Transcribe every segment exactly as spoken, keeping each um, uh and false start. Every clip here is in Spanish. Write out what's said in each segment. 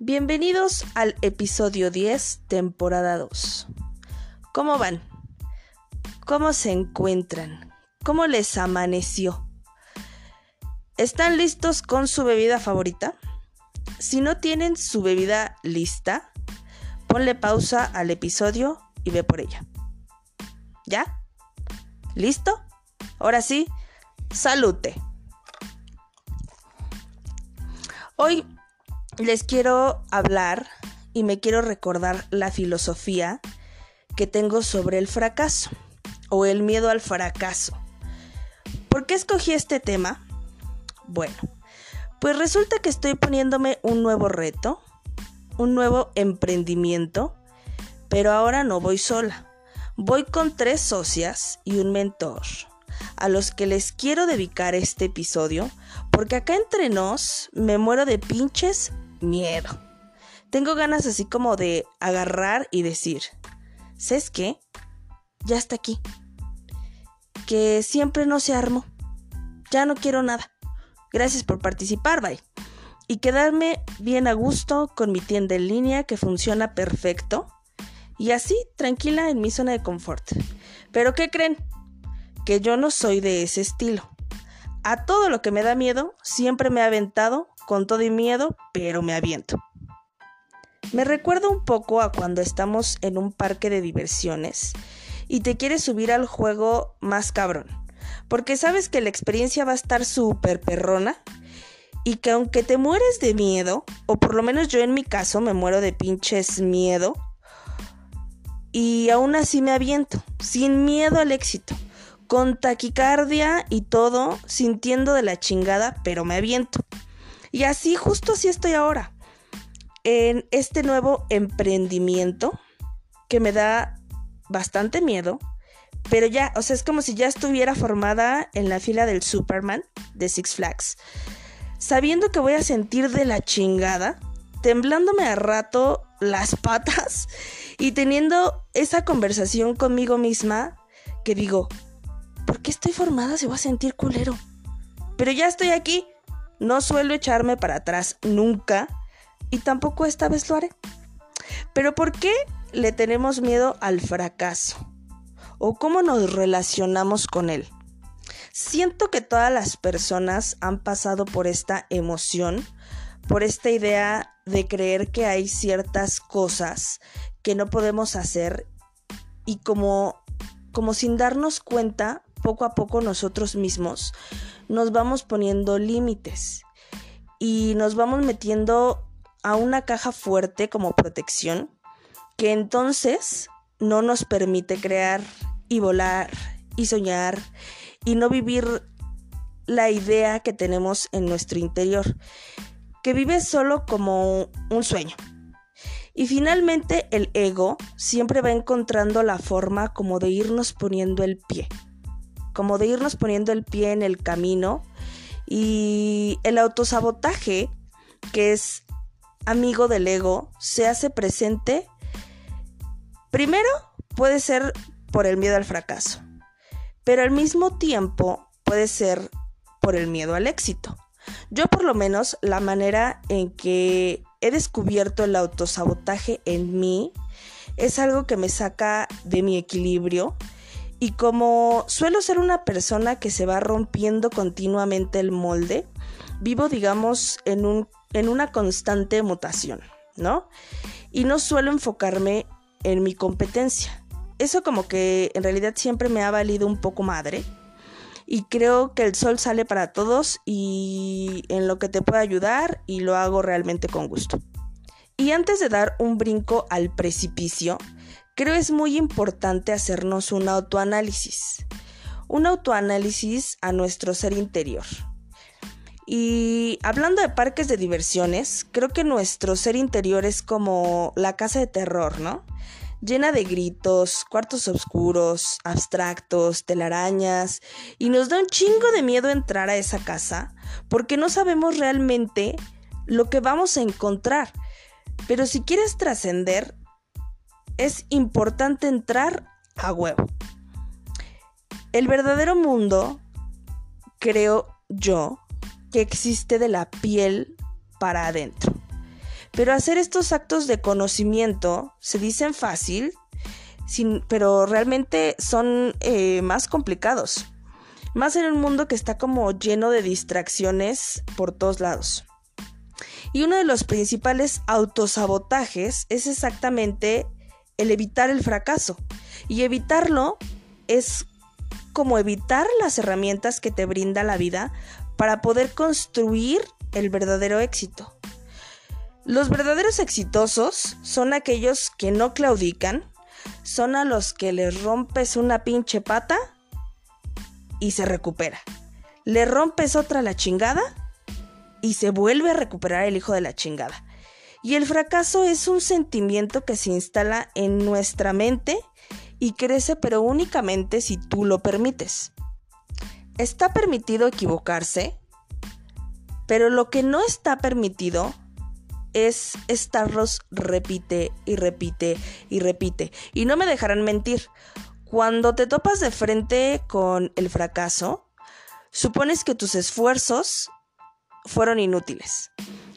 Bienvenidos al episodio diez, temporada dos. ¿Cómo van? ¿Cómo se encuentran? ¿Cómo les amaneció? ¿Están listos con su bebida favorita? Si no tienen su bebida lista, ponle pausa al episodio y ve por ella. ¿Ya? ¿Listo? Ahora sí, salute. Hoy les quiero hablar y me quiero recordar la filosofía que tengo sobre el fracaso o el miedo al fracaso. ¿Por qué escogí este tema? Bueno, pues resulta que estoy poniéndome un nuevo reto, un nuevo emprendimiento, pero ahora no voy sola. Voy con tres socias y un mentor, a los que les quiero dedicar este episodio, porque acá entre nos me muero de pinches miedo. Tengo ganas así como de agarrar y decir, ¿sabes qué? Ya está aquí. Que siempre no se armó. Ya no quiero nada. Gracias por participar, bye. Y quedarme bien a gusto con mi tienda en línea que funciona perfecto. Y así, tranquila en mi zona de confort. ¿Pero qué creen? Que yo no soy de ese estilo. A todo lo que me da miedo, siempre me he aventado, con todo y miedo, pero me aviento. Me recuerda un poco a cuando estamos en un parque de diversiones y te quieres subir al juego más cabrón, porque sabes que la experiencia va a estar súper perrona y que aunque te mueres de miedo, o por lo menos yo en mi caso me muero de pinches miedo, y aún así me aviento, sin miedo al éxito. Con taquicardia y todo, sintiendo de la chingada, pero me aviento. Y así, justo así estoy ahora, en este nuevo emprendimiento que me da bastante miedo, pero ya, o sea, es como si ya estuviera formada en la fila del Superman de Six Flags, sabiendo que voy a sentir de la chingada, temblándome a rato las patas y teniendo esa conversación conmigo misma que digo, ¿por qué estoy formada si voy a sentir culero? Pero ya estoy aquí, no suelo echarme para atrás nunca y tampoco esta vez lo haré. Pero ¿por qué le tenemos miedo al fracaso? ¿O cómo nos relacionamos con él? Siento que todas las personas han pasado por esta emoción, por esta idea de creer que hay ciertas cosas que no podemos hacer y como, como sin darnos cuenta, poco a poco nosotros mismos nos vamos poniendo límites y nos vamos metiendo a una caja fuerte como protección que entonces no nos permite crear y volar y soñar y no vivir la idea que tenemos en nuestro interior, que vive solo como un sueño. Y finalmente el ego siempre va encontrando la forma como de irnos poniendo el pie. como de irnos poniendo el pie en el camino, y el autosabotaje, que es amigo del ego, se hace presente. Primero puede ser por el miedo al fracaso, pero al mismo tiempo puede ser por el miedo al éxito. Yo por lo menos la manera en que he descubierto el autosabotaje en mí es algo que me saca de mi equilibrio. Y como suelo ser una persona que se va rompiendo continuamente el molde, vivo, digamos, en, un, en una constante mutación, ¿no? Y no suelo enfocarme en mi competencia. Eso como que en realidad siempre me ha valido un poco madre. Y creo que el sol sale para todos y en lo que te pueda ayudar, y lo hago realmente con gusto. Y antes de dar un brinco al precipicio, creo es muy importante hacernos un autoanálisis, un autoanálisis a nuestro ser interior. Y hablando de parques de diversiones, creo que nuestro ser interior es como la casa de terror, ¿no? Llena de gritos, cuartos oscuros, abstractos, telarañas, y nos da un chingo de miedo entrar a esa casa porque no sabemos realmente lo que vamos a encontrar. Pero si quieres trascender, es importante entrar a huevo. El verdadero mundo, creo yo, que existe de la piel para adentro. Pero hacer estos actos de conocimiento se dicen fácil, sin, pero realmente son eh, más complicados. Más en un mundo que está como lleno de distracciones por todos lados. Y uno de los principales autosabotajes es exactamente el evitar el fracaso. Y evitarlo es como evitar las herramientas que te brinda la vida para poder construir el verdadero éxito. Los verdaderos exitosos son aquellos que no claudican, son a los que les rompes una pinche pata y se recupera. Le rompes otra a la chingada y se vuelve a recuperar el hijo de la chingada. Y el fracaso es un sentimiento que se instala en nuestra mente y crece, pero únicamente si tú lo permites. Está permitido equivocarse, pero lo que no está permitido es estarlos repite y repite y repite. Y no me dejarán mentir, cuando te topas de frente con el fracaso, supones que tus esfuerzos fueron inútiles.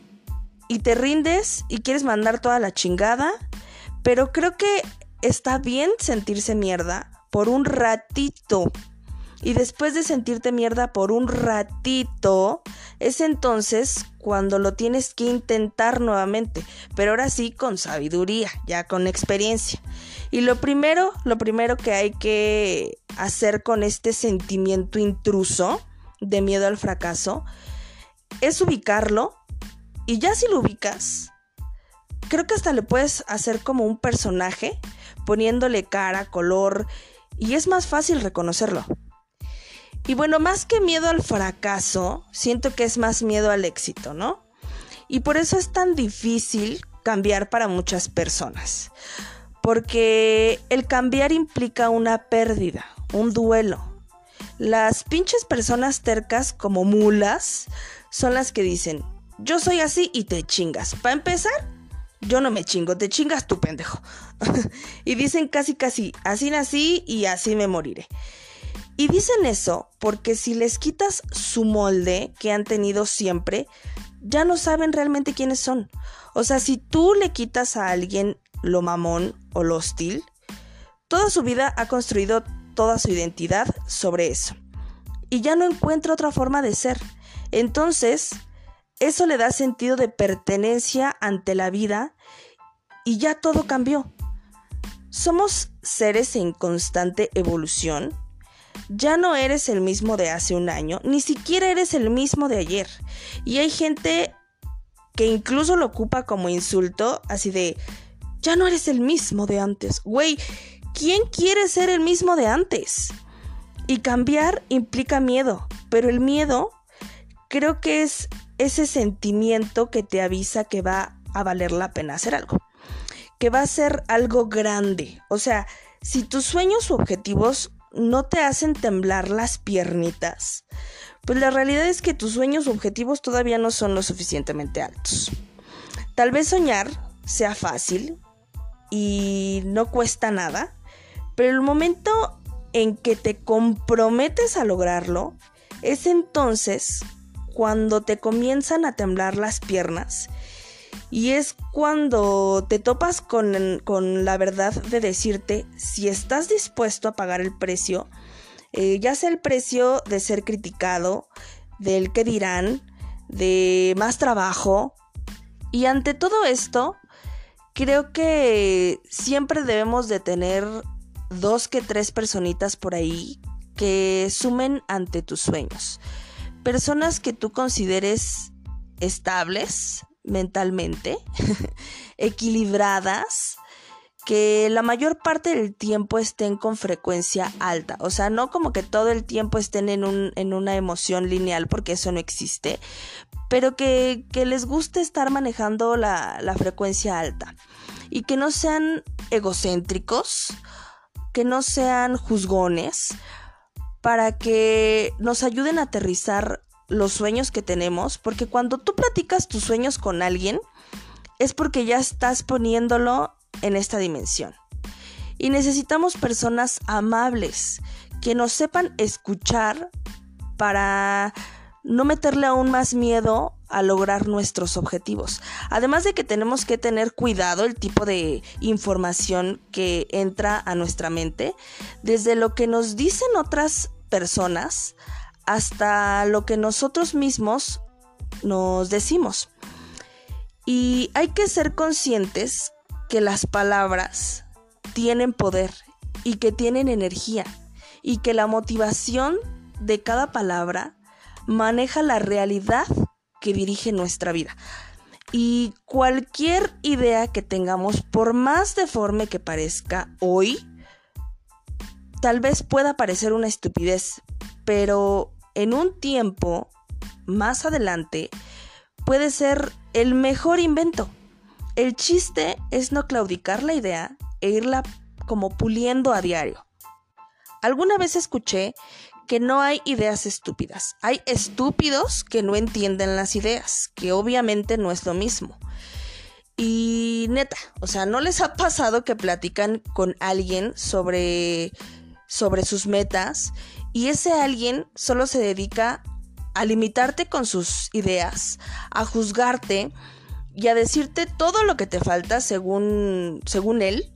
Y te rindes y quieres mandar toda la chingada, pero creo que está bien sentirse mierda por un ratito. Y después de sentirte mierda por un ratito, es entonces cuando lo tienes que intentar nuevamente, pero ahora sí con sabiduría, ya con experiencia. Y lo primero, lo primero que hay que hacer con este sentimiento intruso de miedo al fracaso es ubicarlo, y ya si lo ubicas, creo que hasta le puedes hacer como un personaje, poniéndole cara, color, y es más fácil reconocerlo. Y bueno, más que miedo al fracaso, siento que es más miedo al éxito, ¿no? Y por eso es tan difícil cambiar para muchas personas. Porque el cambiar implica una pérdida, un duelo. Las pinches personas tercas como mulas son las que dicen, yo soy así y te chingas. Para empezar, yo no me chingo, te chingas tú, pendejo. Y dicen casi casi, así nací y así me moriré. Y dicen eso porque si les quitas su molde que han tenido siempre, ya no saben realmente quiénes son. O sea, si tú le quitas a alguien lo mamón o lo hostil, toda su vida ha construido toda su identidad sobre eso. Y ya no encuentra otra forma de ser. Entonces, eso le da sentido de pertenencia ante la vida y ya todo cambió. Somos seres en constante evolución. Ya no eres el mismo de hace un año, ni siquiera eres el mismo de ayer. Y hay gente que incluso lo ocupa como insulto, así de, ya no eres el mismo de antes. Güey, ¿quién quiere ser el mismo de antes? Y cambiar implica miedo, pero el miedo creo que es ese sentimiento que te avisa que va a valer la pena hacer algo, que va a ser algo grande. O sea, si tus sueños u objetivos no te hacen temblar las piernitas, pues la realidad es que tus sueños u objetivos todavía no son lo suficientemente altos. Tal vez soñar sea fácil y no cuesta nada, pero el momento en que te comprometes a lograrlo, es entonces cuando te comienzan a temblar las piernas. Y es cuando te topas con, con la verdad de decirte si estás dispuesto a pagar el precio, eh, ya sea el precio de ser criticado, del qué dirán, de más trabajo. Y ante todo esto, creo que siempre debemos de tener dos que tres personitas por ahí que sumen ante tus sueños. Personas que tú consideres estables mentalmente, equilibradas, que la mayor parte del tiempo estén con frecuencia alta. O sea, no como que todo el tiempo estén en, un, en una emoción lineal, porque eso no existe, pero que, que les guste estar manejando la, la frecuencia alta. Y que no sean egocéntricos, que no sean juzgones, para que nos ayuden a aterrizar los sueños que tenemos, porque cuando tú platicas tus sueños con alguien, es porque ya estás poniéndolo en esta dimensión. Y necesitamos personas amables, que nos sepan escuchar para no meterle aún más miedo a lograr nuestros objetivos. Además de que tenemos que tener cuidado el tipo de información que entra a nuestra mente, desde lo que nos dicen otras personas hasta lo que nosotros mismos nos decimos. Y hay que ser conscientes que las palabras tienen poder y que tienen energía y que la motivación de cada palabra maneja la realidad que dirige nuestra vida. Y cualquier idea que tengamos, por más deforme que parezca hoy, tal vez pueda parecer una estupidez, pero en un tiempo más adelante puede ser el mejor invento. El chiste es no claudicar la idea e irla como puliendo a diario. Alguna vez escuché que no hay ideas estúpidas. Hay estúpidos que no entienden las ideas, que obviamente no es lo mismo. Y neta, o sea, ¿no les ha pasado que platican con alguien sobre, sobre sus metas y ese alguien solo se dedica a limitarte con sus ideas, a juzgarte y a decirte todo lo que te falta según, según él?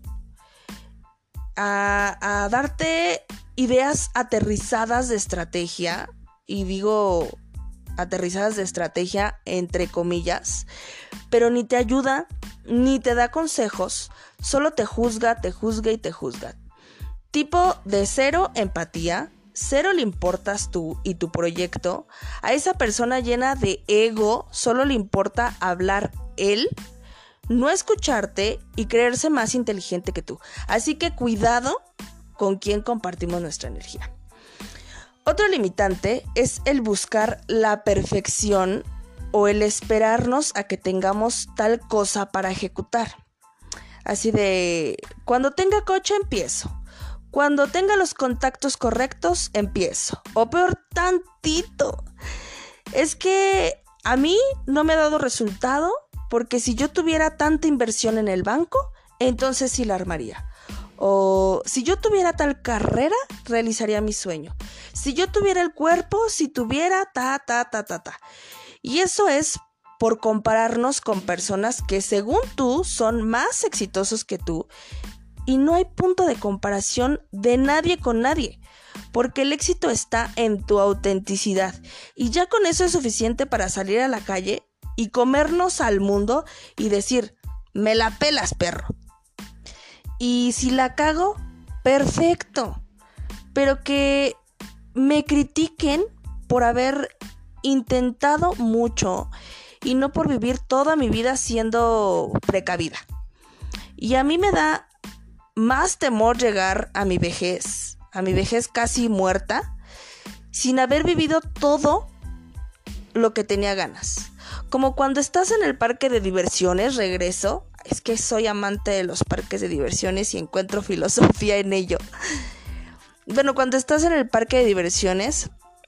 A, a darte ideas aterrizadas de estrategia, y digo aterrizadas de estrategia entre comillas, pero ni te ayuda ni te da consejos, solo te juzga, te juzga y te juzga. Tipo de cero empatía, cero le importas tú y tu proyecto. A esa persona llena de ego solo le importa hablar él, no escucharte y creerse más inteligente que tú. Así que cuidado con quién compartimos nuestra energía. Otro limitante es el buscar la perfección o el esperarnos a que tengamos tal cosa para ejecutar. Así de, cuando tenga coche empiezo, cuando tenga los contactos correctos empiezo, o peor tantito. Es que a mí no me ha dado resultado, porque si yo tuviera tanta inversión en el banco, entonces sí la armaría. O si yo tuviera tal carrera, realizaría mi sueño. Si yo tuviera el cuerpo, si tuviera ta, ta, ta, ta, ta. Y eso es por compararnos con personas que según tú son más exitosos que tú. Y no hay punto de comparación de nadie con nadie. Porque el éxito está en tu autenticidad. Y ya con eso es suficiente para salir a la calle y comernos al mundo y decir, me la pelas, perro. Y si la cago, perfecto. Pero que me critiquen por haber intentado mucho y no por vivir toda mi vida siendo precavida. Y a mí me da más temor llegar a mi vejez, a mi vejez casi muerta, sin haber vivido todo lo que tenía ganas. Como cuando estás en el parque de diversiones, regreso, es que soy amante de los parques de diversiones y encuentro filosofía en ello. Bueno, cuando estás en el parque de diversiones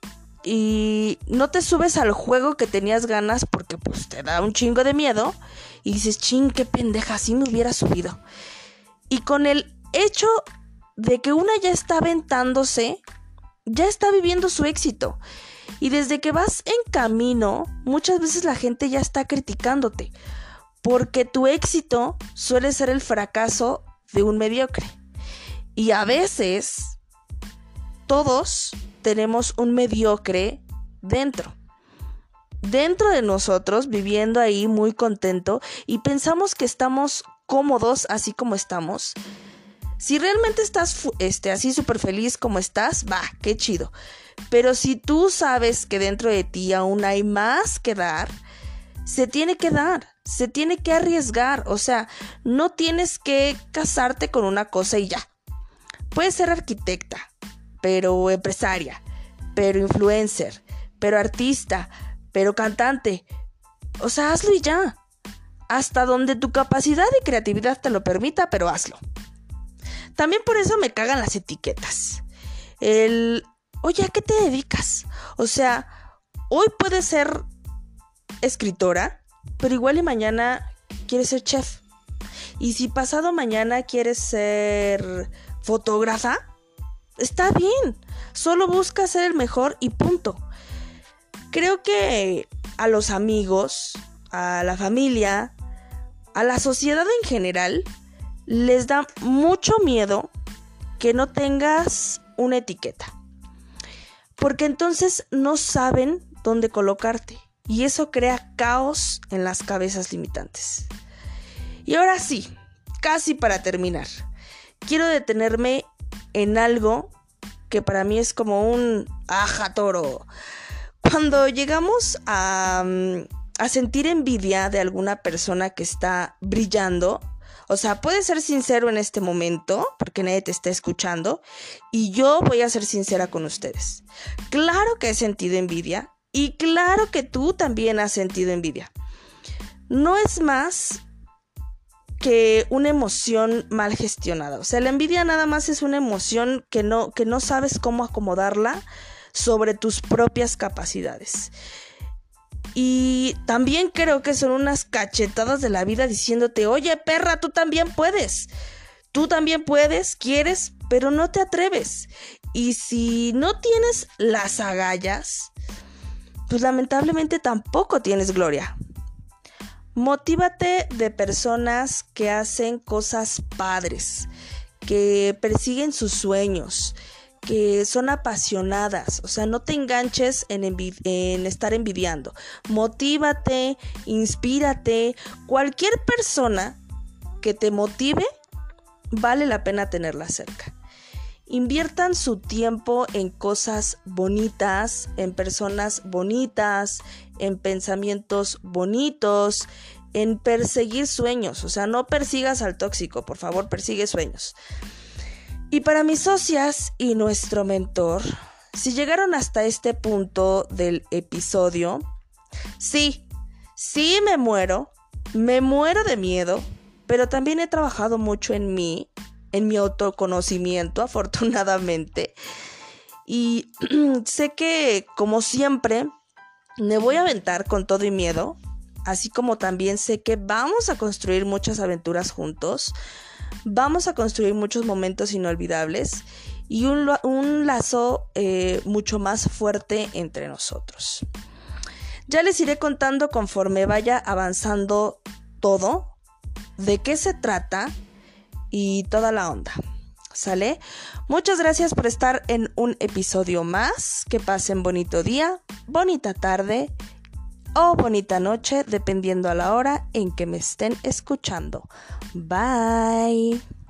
y no te subes al juego que tenías ganas porque pues te da un chingo de miedo y dices, ching, qué pendeja, así me hubiera subido. Y con el hecho de que una ya está aventándose, ya está viviendo su éxito. Y desde que vas en camino, muchas veces la gente ya está criticándote, porque tu éxito suele ser el fracaso de un mediocre. Y a veces, todos tenemos un mediocre dentro. Dentro de nosotros, viviendo ahí muy contento, y pensamos que estamos cómodos así como estamos. Si realmente estás este, así súper feliz como estás, va, qué chido. Pero si tú sabes que dentro de ti aún hay más que dar, se tiene que dar, se tiene que arriesgar. O sea, no tienes que casarte con una cosa y ya. Puedes ser arquitecta, pero empresaria, pero influencer, pero artista, pero cantante. O sea, hazlo y ya. Hasta donde tu capacidad y creatividad te lo permita, pero hazlo. También por eso me cagan las etiquetas. El, oye, ¿a qué te dedicas? O sea, hoy puedes ser escritora, pero igual y mañana quieres ser chef. Y si pasado mañana quieres ser fotógrafa, está bien. Solo busca ser el mejor y punto. Creo que a los amigos, a la familia, a la sociedad en general, les da mucho miedo que no tengas una etiqueta. Porque entonces no saben dónde colocarte. Y eso crea caos en las cabezas limitantes. Y ahora sí, casi para terminar, quiero detenerme en algo que para mí es como un aja toro. Cuando llegamos a, a sentir envidia de alguna persona que está brillando, o sea, puedes ser sincero en este momento, porque nadie te está escuchando, y yo voy a ser sincera con ustedes. Claro que he sentido envidia, y claro que tú también has sentido envidia. No es más que una emoción mal gestionada. O sea, la envidia nada más es una emoción que no, que no sabes cómo acomodarla sobre tus propias capacidades. Y también creo que son unas cachetadas de la vida diciéndote, oye, perra, tú también puedes. Tú también puedes, quieres, pero no te atreves. Y si no tienes las agallas, pues lamentablemente tampoco tienes gloria. Motívate de personas que hacen cosas padres, que persiguen sus sueños, que son apasionadas. O sea, no te enganches en, envi- en estar envidiando. Motívate, inspírate. Cualquier persona que te motive, vale la pena tenerla cerca. Inviertan su tiempo en cosas bonitas, en personas bonitas, en pensamientos bonitos, en perseguir sueños. O sea, no persigas al tóxico, por favor, persigue sueños. Y para mis socias y nuestro mentor, si llegaron hasta este punto del episodio, sí, sí me muero, me muero de miedo, pero también he trabajado mucho en mí, en mi autoconocimiento, afortunadamente. Y sé que, como siempre, me voy a aventar con todo y miedo, así como también sé que vamos a construir muchas aventuras juntos. Vamos a construir muchos momentos inolvidables y un, un lazo eh, mucho más fuerte entre nosotros. Ya les iré contando conforme vaya avanzando todo, de qué se trata y toda la onda. ¿Sale? Muchas gracias por estar en un episodio más. Que pasen bonito día, bonita tarde o bonita noche, dependiendo a la hora en que me estén escuchando. Bye.